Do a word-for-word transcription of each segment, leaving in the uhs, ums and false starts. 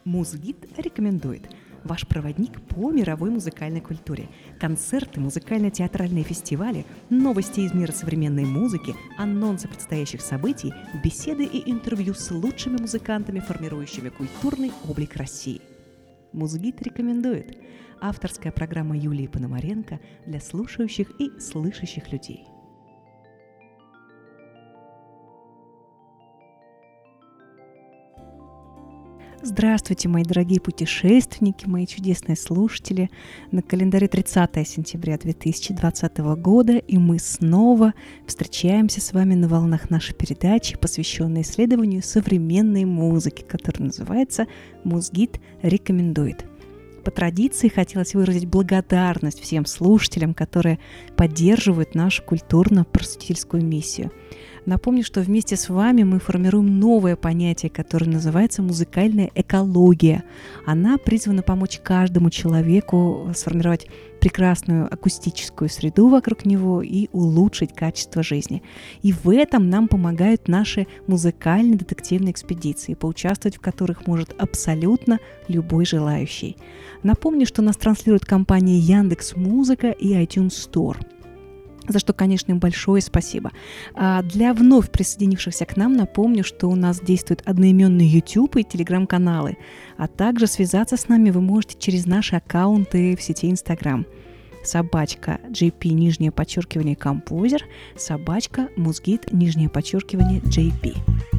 Музгид рекомендует. Ваш проводник по мировой музыкальной культуре. Концерты, музыкально-театральные фестивали, новости из мира современной музыки, анонсы предстоящих событий, беседы и интервью с лучшими музыкантами, формирующими культурный облик России. Музгид рекомендует. Авторская программа Юлии Пономаренко для слушающих и слышащих людей. Здравствуйте, мои дорогие путешественники, мои чудесные слушатели. На календаре тридцатое сентября две тысячи двадцатого года, и мы снова встречаемся с вами на волнах нашей передачи, посвященной исследованию современной музыки, которая называется «Музгид рекомендует». По традиции хотелось выразить благодарность всем слушателям, которые поддерживают нашу культурно-просветительскую миссию. Напомню, что вместе с вами мы формируем новое понятие, которое называется музыкальная экология. Она призвана помочь каждому человеку сформировать прекрасную акустическую среду вокруг него и улучшить качество жизни. И в этом нам помогают наши музыкальные детективные экспедиции, поучаствовать в которых может абсолютно любой желающий. Напомню, что нас транслирует компания Яндекс.Музыка и iTunes Store, за что, конечно, им большое спасибо. А для вновь присоединившихся к нам напомню, что у нас действуют одноименные YouTube и Telegram-каналы, а также связаться с нами вы можете через наши аккаунты в сети Instagram. Собачка джей пи, нижнее подчеркивание, композер, собачка Музгид, нижнее подчеркивание, джей пи.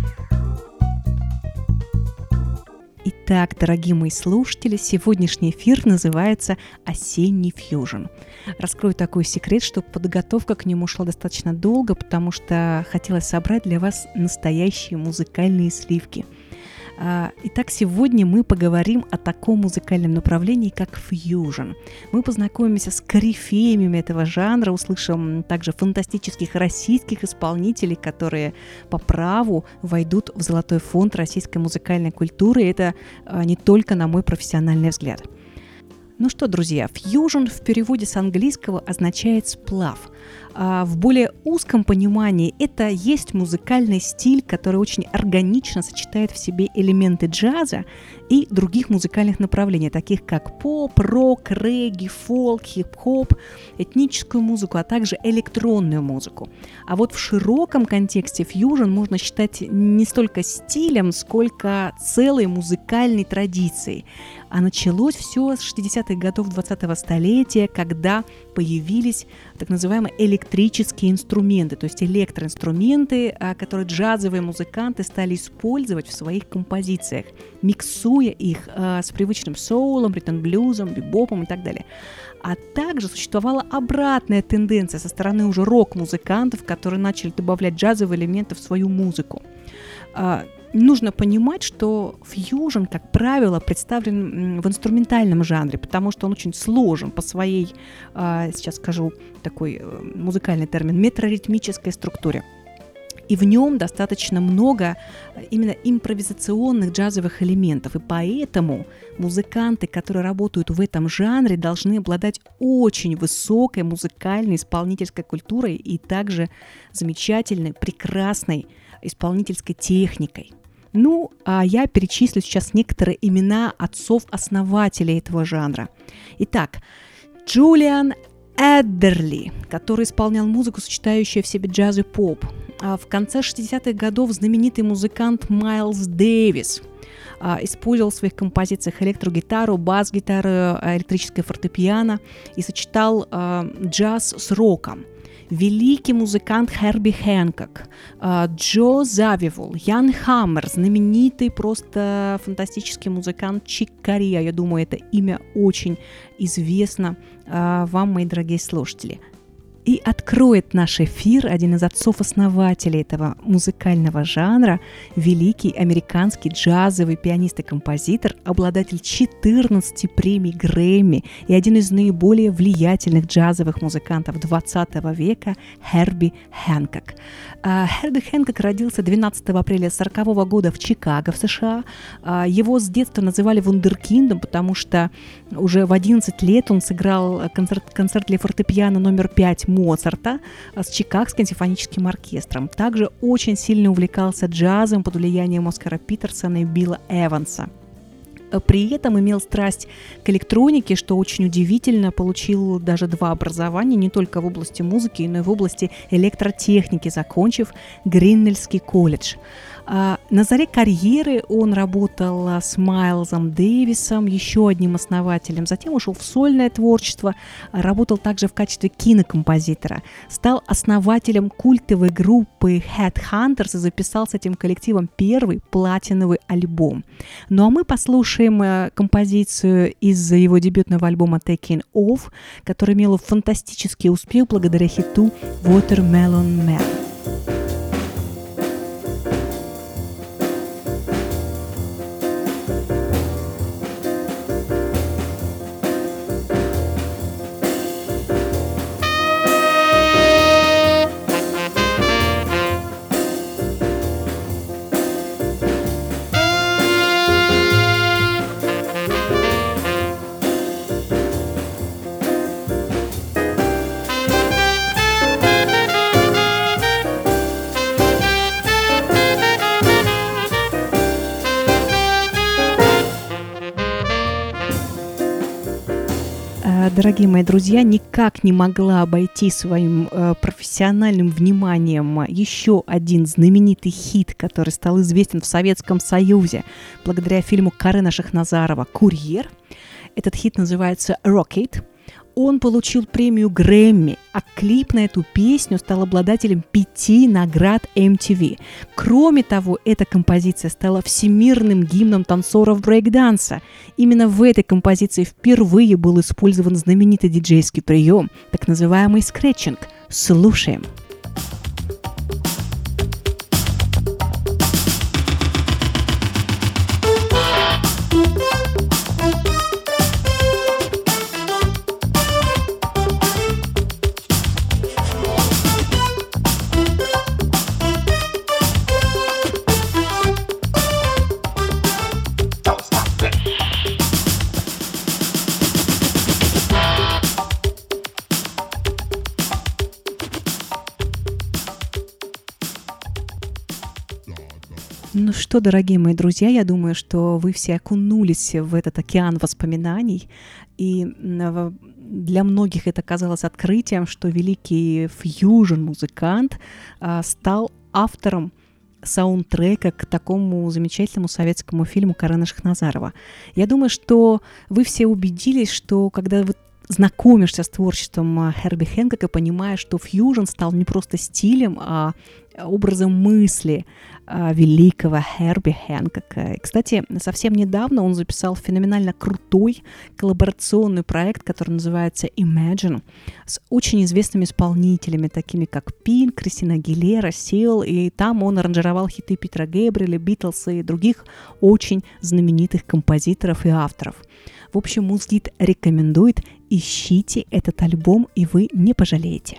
Итак, дорогие мои слушатели, сегодняшний эфир называется «Осенний фьюжн». Раскрою такой секрет, что подготовка к нему шла достаточно долго, потому что хотелось собрать для вас настоящие музыкальные сливки. Итак, сегодня мы поговорим о таком музыкальном направлении, как фьюжн. Мы познакомимся с корифеями этого жанра, услышим также фантастических российских исполнителей, которые по праву войдут в золотой фонд российской музыкальной культуры. И это не только на мой профессиональный взгляд. Ну что, друзья, фьюжн в переводе с английского означает «сплав». А в более узком понимании это есть музыкальный стиль, который очень органично сочетает в себе элементы джаза и других музыкальных направлений, таких как поп, рок, регги, фолк, хип-хоп, этническую музыку, а также электронную музыку. А вот в широком контексте фьюжн можно считать не столько стилем, сколько целой музыкальной традицией. А началось все с шестидесятых годов двадцатого столетия, когда появились так называемые электрические инструменты, то есть электроинструменты, которые джазовые музыканты стали использовать в своих композициях, миксуя их а, с привычным соулом, ритм-блюзом, бибопом и так далее. А также существовала обратная тенденция со стороны уже рок-музыкантов, которые начали добавлять джазовые элементы в свою музыку. А, Нужно понимать, что фьюжн, как правило, представлен в инструментальном жанре, потому что он очень сложен по своей, сейчас скажу такой музыкальный термин, метроритмической структуре. И в нем достаточно много именно импровизационных джазовых элементов. И поэтому музыканты, которые работают в этом жанре, должны обладать очень высокой музыкальной исполнительской культурой и также замечательной, прекрасной исполнительской техникой. Ну, а я перечислю сейчас некоторые имена отцов-основателей этого жанра. Итак, Джулиан Эддерли, который исполнял музыку, сочетающую в себе джаз и поп. А в конце шестидесятых годов знаменитый музыкант Майлз Дэвис а, использовал в своих композициях электрогитару, бас-гитару, электрическое фортепиано и сочетал а, джаз с роком. Великий музыкант Херби Хэнкок, Джо Завивол, Ян Хаммер, знаменитый просто фантастический музыкант Чик Кориа. Я думаю, это имя очень известно вам, мои дорогие слушатели. И откроет наш эфир один из отцов-основателей этого музыкального жанра, великий американский джазовый пианист и композитор, обладатель четырнадцати премий Грэмми и один из наиболее влиятельных джазовых музыкантов двадцатого века Херби Хэнкок. Херби Хэнкок родился двенадцатого апреля сорокового года в Чикаго, в США. Его с детства называли вундеркиндом, потому что уже в одиннадцать лет он сыграл концерт, концерт для фортепиано номер пять Моцарта с Чикагским симфоническим оркестром. Также очень сильно увлекался джазом под влиянием Оскара Питерсона и Билла Эванса. при этом имел страсть к электронике, что очень удивительно, получил даже два образования, не только в области музыки, но и в области электротехники, закончив Гриннеллский колледж. На заре карьеры он работал с Майлзом Дэвисом, еще одним основателем, затем ушел в сольное творчество, работал также в качестве кинокомпозитора, стал основателем культовой группы Headhunters и записал с этим коллективом первый платиновый альбом. Ну а мы послушаем композицию из его дебютного альбома Taking Off, который имел фантастический успех благодаря хиту Watermelon Man. Дорогие мои друзья, никак не могла обойти своим э, профессиональным вниманием еще один знаменитый хит, который стал известен в Советском Союзе благодаря фильму Карена Шахназарова «Курьер». Этот хит называется «Rocket». Он получил премию Грэмми, а клип на эту песню стал обладателем пяти наград эм ти ви. Кроме того, эта композиция стала всемирным гимном танцоров брейк-данса. Именно в этой композиции впервые был использован знаменитый диджейский прием, так называемый скретчинг. Слушаем. Ну что, дорогие мои друзья, я думаю, что вы все окунулись в этот океан воспоминаний, и для многих это казалось открытием, что великий фьюжн-музыкант стал автором саундтрека к такому замечательному советскому фильму Карена Шахназарова. Я думаю, что вы все убедились, что когда вы знакомишься с творчеством Херби Хэнкока, понимаешь, что фьюжн стал не просто стилем, а образом мысли великого Херби Хэнкока. И, кстати, совсем недавно он записал феноменально крутой коллаборационный проект, который называется Imagine, с очень известными исполнителями, такими как Пинк, Кристина Агилера, Сил, и там он аранжировал хиты Питера Гэбриэля, Битлса и других очень знаменитых композиторов и авторов. В общем, Музгид рекомендует, ищите этот альбом, и вы не пожалеете.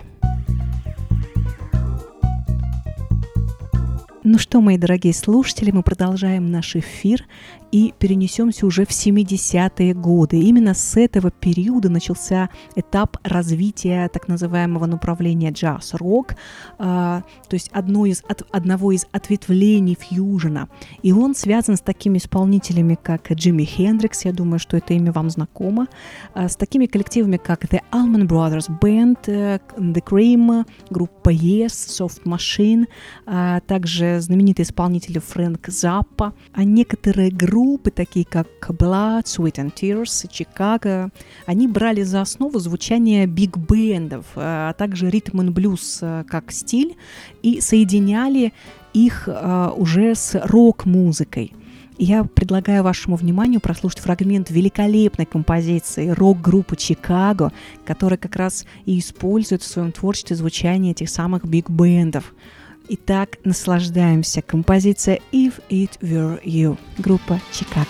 Ну что, мои дорогие слушатели, мы продолжаем наш эфир и перенесемся уже в семидесятые годы. Именно с этого периода начался этап развития так называемого направления джаз-рок, а, то есть одно из, от, одного из ответвлений фьюжена. И он связан с такими исполнителями, как Джимми Хендрикс, я думаю, что это имя вам знакомо, а, с такими коллективами, как The Allman Brothers Band, The Cream, группа Yes, Soft Machine, а также знаменитые исполнители Фрэнк Заппа, а некоторые группы, Группы, такие как Blood, Sweat and Tears, Чикаго, они брали за основу звучание биг-бендов, а также ритм и блюз как стиль, и соединяли их уже с рок-музыкой. Я предлагаю вашему вниманию прослушать фрагмент великолепной композиции рок-группы Чикаго, которая как раз и использует в своем творчестве звучание этих самых биг-бендов. Итак, наслаждаемся. Композиция «If It Were You», группа «Чикаго».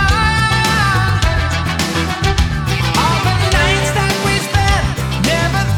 Never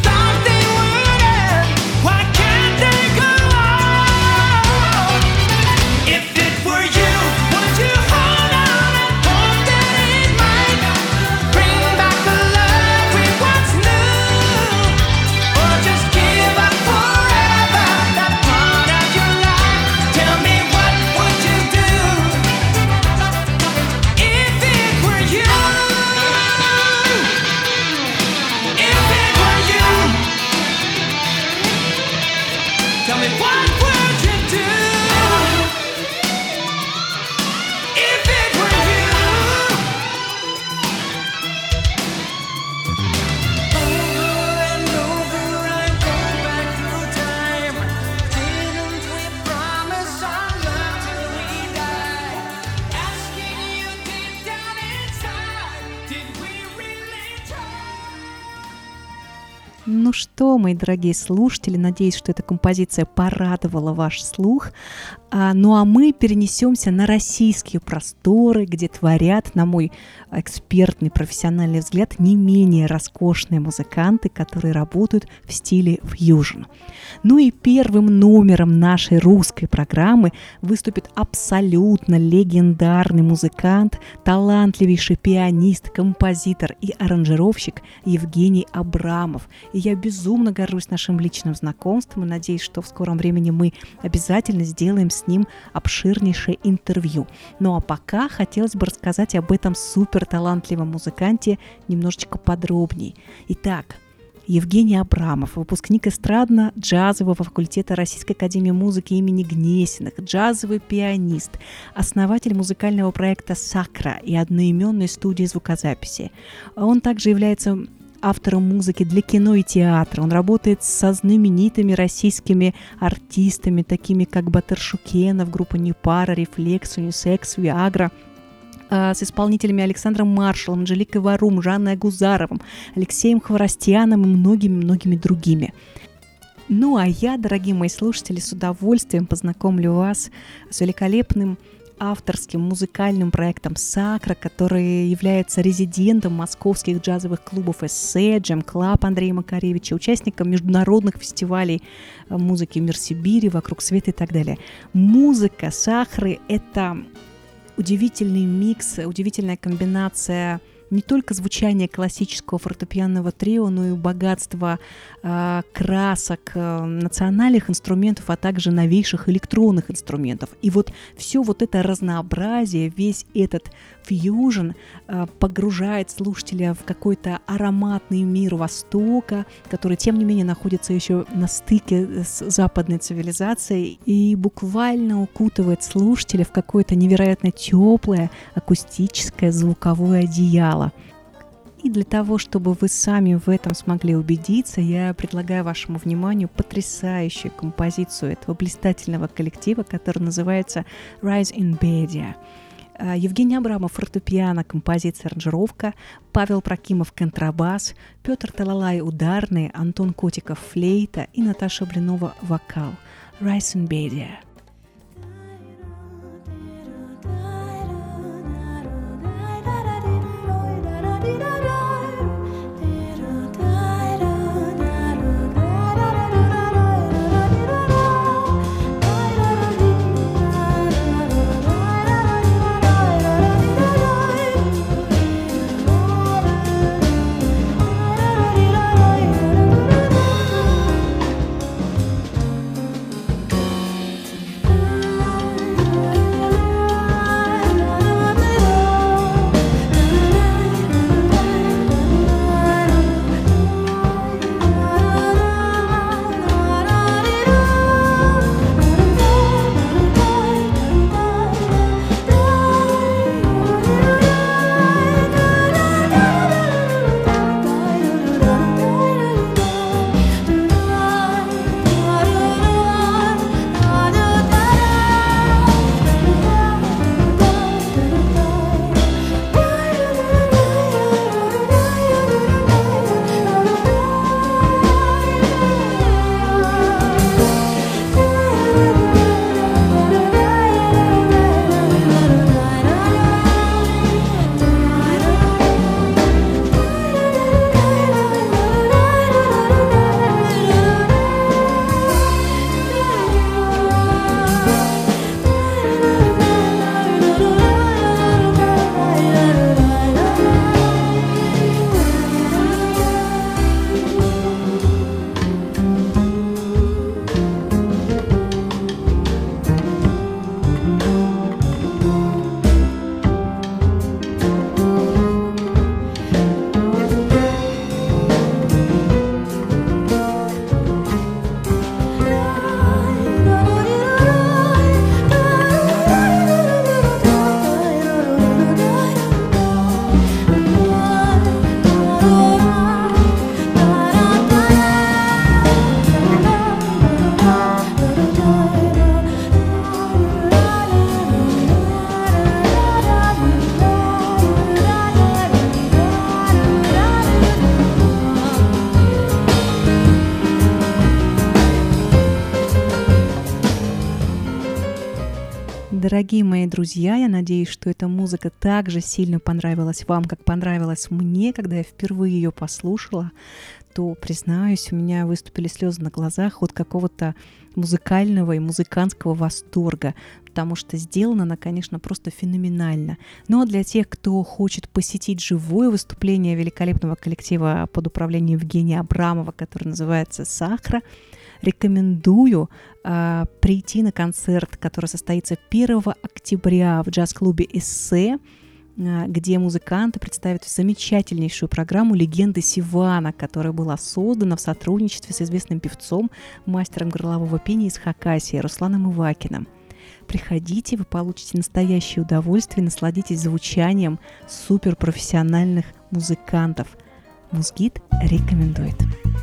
Ну что, мои дорогие слушатели, надеюсь, что эта композиция порадовала ваш слух. А, ну а мы перенесемся на российские просторы, где творят, на мой экспертный профессиональный взгляд, не менее роскошные музыканты, которые работают в стиле фьюжн. Ну и первым номером нашей русской программы выступит абсолютно легендарный музыкант, талантливейший пианист, композитор и аранжировщик Евгений Абрамов. И я безумно горжусь нашим личным знакомством и надеюсь, что в скором времени мы обязательно сделаем с ним обширнейшее интервью. Ну а пока хотелось бы рассказать об этом суперталантливом музыканте немножечко подробнее. Итак, Евгений Абрамов, выпускник эстрадно-джазового факультета Российской академии музыки имени Гнесиных, джазовый пианист, основатель музыкального проекта «Сакра» и одноименной студии звукозаписи. Он также является автором музыки для кино и театра. Он работает со знаменитыми российскими артистами, такими как Батыр Шукенов, группа Непара, Рефлекс, Унисекс, Виагра, с исполнителями Александром Маршалом, Анжеликой Варум, Жанной Агузаровым, Алексеем Хворостьяном и многими-многими другими. Ну а я, дорогие мои слушатели, с удовольствием познакомлю вас с великолепным авторским музыкальным проектом «Сакра», который является резидентом московских джазовых клубов «Эссе», «Джем Клаб» Андрея Макаревича, участником международных фестивалей музыки «Мир Сибири», «Вокруг света» и так далее. Музыка «Сакры» — это удивительный микс, удивительная комбинация не только звучания классического фортепианного трио, но и богатства э, красок, э, национальных инструментов, а также новейших электронных инструментов. И вот все вот это разнообразие, весь этот фьюжн э, погружает слушателя в какой-то ароматный мир Востока, который, тем не менее, находится еще на стыке с западной цивилизацией и буквально укутывает слушателя в какое-то невероятно теплое акустическое звуковое одеяло. И для того, чтобы вы сами в этом смогли убедиться, я предлагаю вашему вниманию потрясающую композицию этого блистательного коллектива, который называется «Rise in Bedia». Евгений Абрамов — фортепиано, композиция, аранжировка, Павел Прокимов — контрабас, Петр Талалай — ударные, Антон Котиков — флейта и Наташа Блинова — вокал. «Rise in Bedia». Дорогие мои друзья, я надеюсь, что эта музыка так же сильно понравилась вам, как понравилась мне, когда я впервые ее послушала. То, признаюсь, у меня выступили слезы на глазах от какого-то музыкального и музыкантского восторга, потому что сделана она, конечно, просто феноменально. Но для тех, кто хочет посетить живое выступление великолепного коллектива под управлением Евгения Абрамова, который называется «Сахара», рекомендую э, прийти на концерт, который состоится первого октября в джаз-клубе «Эссе», э, где музыканты представят замечательнейшую программу «Легенды Сивана», которая была создана в сотрудничестве с известным певцом, мастером горлового пения из Хакасии Русланом Ивакиным. Приходите, вы получите настоящее удовольствие, насладитесь звучанием суперпрофессиональных музыкантов. Музгид рекомендует.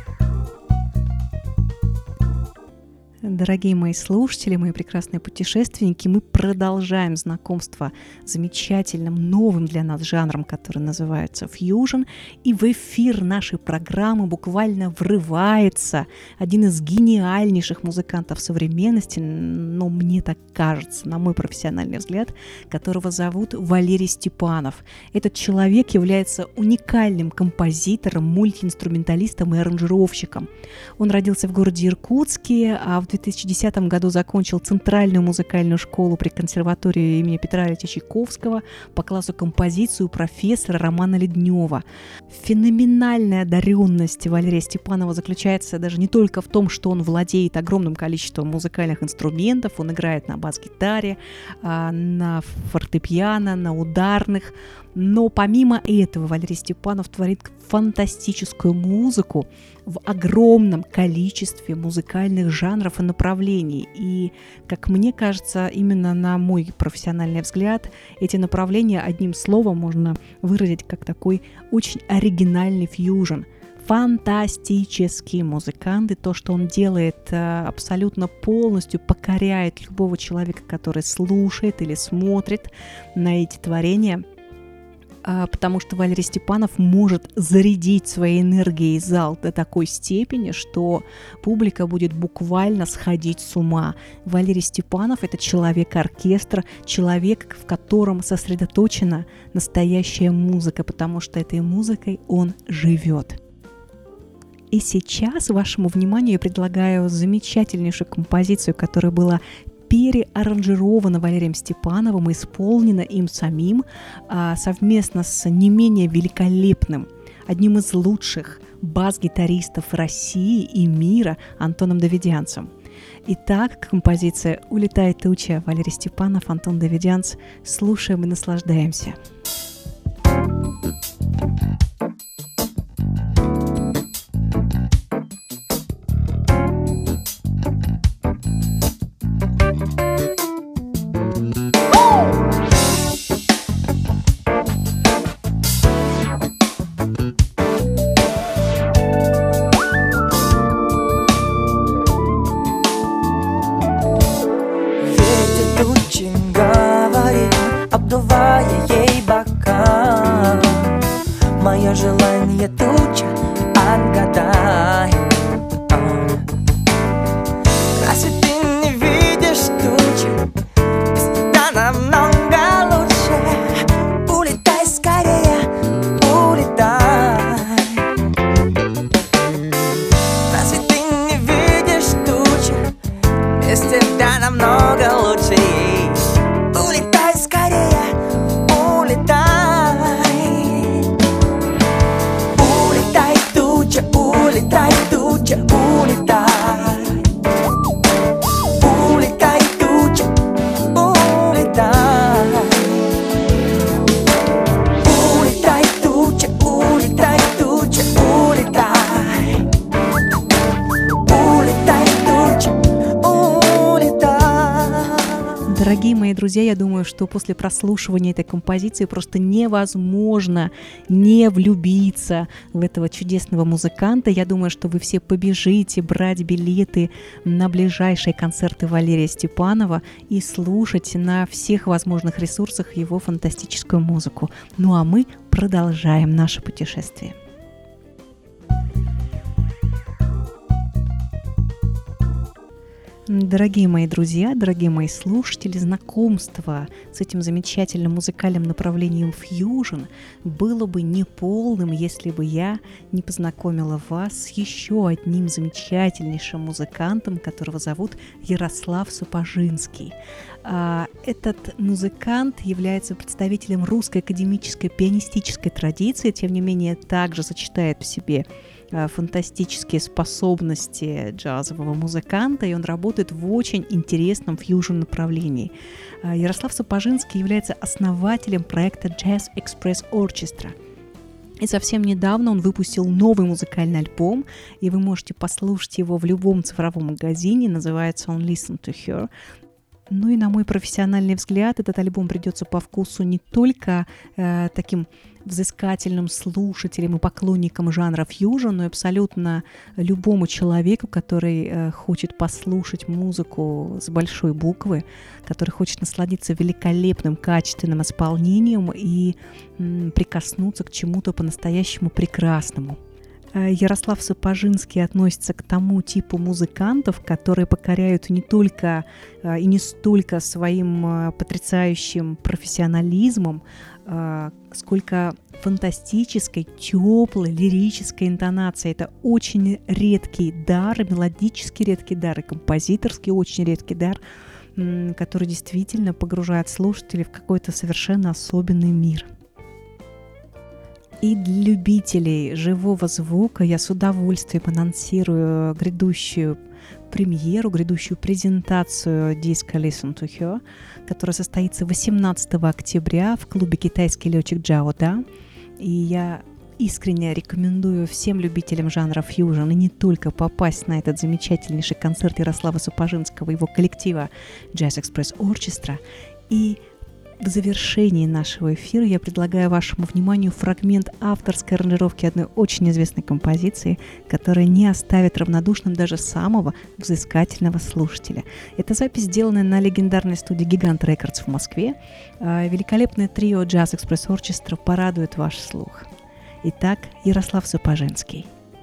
Дорогие мои слушатели, мои прекрасные путешественники, мы продолжаем знакомство с замечательным новым для нас жанром, который называется фьюжн. И в эфир нашей программы буквально врывается один из гениальнейших музыкантов современности, но мне так кажется, на мой профессиональный взгляд, которого зовут Валерий Степанов. Этот человек является уникальным композитором, мультиинструменталистом и аранжировщиком. Он родился в городе Иркутске, а в две тысячи десятом году закончил Центральную музыкальную школу при консерватории имени Петра Ильича Чайковского по классу композиции у профессора Романа Леднева. Феноменальная одаренность Валерия Степанова заключается даже не только в том, что он владеет огромным количеством музыкальных инструментов, он играет на бас-гитаре, на фортепиано, на ударных, но помимо этого Валерий Степанов творит фантастическую музыку в огромном количестве музыкальных жанров и направлений. И, как мне кажется, именно на мой профессиональный взгляд, эти направления одним словом можно выразить как такой очень оригинальный фьюжн. Фантастический музыкант, и то, что он делает, абсолютно полностью покоряет любого человека, который слушает или смотрит на эти творения, потому что Валерий Степанов может зарядить своей энергией зал до такой степени, что публика будет буквально сходить с ума. Валерий Степанов – это человек-оркестр, человек, в котором сосредоточена настоящая музыка, потому что этой музыкой он живет. И сейчас вашему вниманию я предлагаю замечательнейшую композицию, которая была переаранжирована Валерием Степановым, исполнена им самим а, совместно с не менее великолепным, одним из лучших бас-гитаристов России и мира Антоном Давидянцем. Итак, композиция «Улетает туча», Валерий Степанов, Антон Давидянц. Слушаем и наслаждаемся. Обдувая ей бока, мое желание туча, отгадай. Разве ты не видишь тучи? Без тебя намного лучше. Улетай скорее, улетай. Разве ты не видишь тучи? Без тебя намного лучше. Улетай скорее, улетай. Улетай, туча, улетай, туча, улетай. Улетай, туча, улетай. Улетай, туча, улетай, туча, улетай. Улетай, туча, улетай. Дорогие мои друзья, я думаю, что после прослушивания этой композиции просто невозможно не влюбиться в этого чудесного музыканта. Я думаю, что вы все побежите брать билеты на ближайшие концерты Валерия Степанова и слушать на всех возможных ресурсах его фантастическую музыку. Ну а мы продолжаем наше путешествие. Дорогие мои друзья, дорогие мои слушатели, знакомство с этим замечательным музыкальным направлением фьюжн было бы неполным, если бы я не познакомила вас с еще одним замечательнейшим музыкантом, которого зовут Ярослав Сапожинский. Этот музыкант является представителем русской академической пианистической традиции, тем не менее также сочетает в себе фантастические способности джазового музыканта, и он работает в очень интересном фьюжн-направлении. Ярослав Сапожинский является основателем проекта Jazz Express Orchestra. И совсем недавно он выпустил новый музыкальный альбом, и вы можете послушать его в любом цифровом магазине, называется он Listen to Her. Ну и, на мой профессиональный взгляд, этот альбом придется по вкусу не только э, таким взыскательным слушателям и поклонникам жанра фьюжн, но и абсолютно любому человеку, который э, хочет послушать музыку с большой буквы, который хочет насладиться великолепным, качественным исполнением и м, прикоснуться к чему-то по-настоящему прекрасному. Ярослав Сапожинский относится к тому типу музыкантов, которые покоряют не только и не столько своим потрясающим профессионализмом, сколько фантастической, теплой, лирической интонацией. Это очень редкий дар, мелодически редкий дар, и композиторский очень редкий дар, который действительно погружает слушателей в какой-то совершенно особенный мир. И для любителей живого звука я с удовольствием анонсирую грядущую премьеру, грядущую презентацию диска Listen to Her, которая состоится восемнадцатого октября в клубе «Китайский летчик Джао Да». И я искренне рекомендую всем любителям жанра фьюжн и не только попасть на этот замечательнейший концерт Ярослава Сапожинского и его коллектива Jazz Express Orchestra. И в завершении нашего эфира я предлагаю вашему вниманию фрагмент авторской аранжировки одной очень известной композиции, которая не оставит равнодушным даже самого взыскательного слушателя. Это запись, сделанная на легендарной студии Gigant Records в Москве. Великолепное трио Jazz Express Orchestra порадует ваш слух. Итак, Ярослав Сапожинский.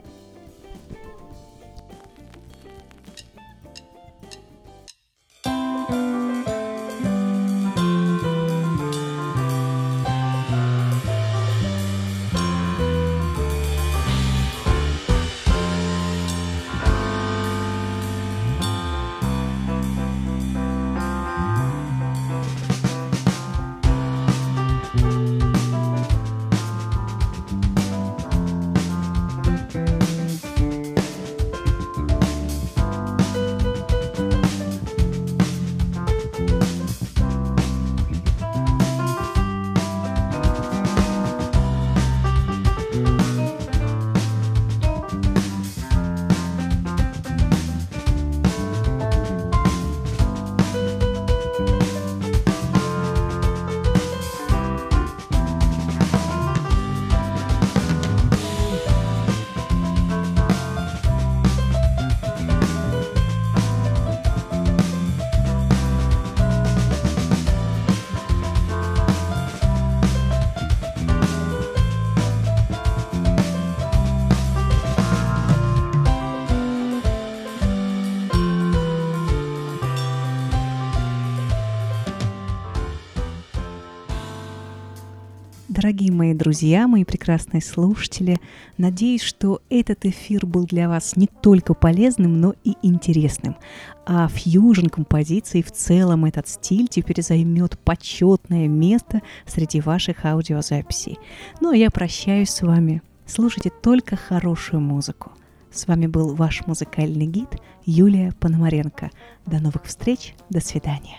Дорогие мои друзья, мои прекрасные слушатели, надеюсь, что этот эфир был для вас не только полезным, но и интересным. А фьюжн-композиции в целом этот стиль теперь займет почетное место среди ваших аудиозаписей. Ну а я прощаюсь с вами. Слушайте только хорошую музыку. С вами был ваш музыкальный гид Юлия Пономаренко. До новых встреч, до свидания.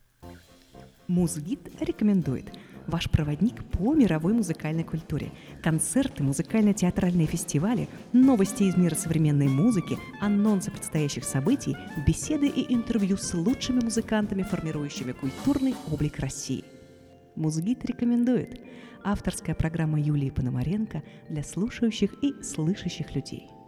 Музгид рекомендует. Ваш проводник по мировой музыкальной культуре. Концерты, музыкально-театральные фестивали, новости из мира современной музыки, анонсы предстоящих событий, беседы и интервью с лучшими музыкантами, формирующими культурный облик России. Музгид рекомендует. Авторская программа Юлии Пономаренко для слушающих и слышащих людей.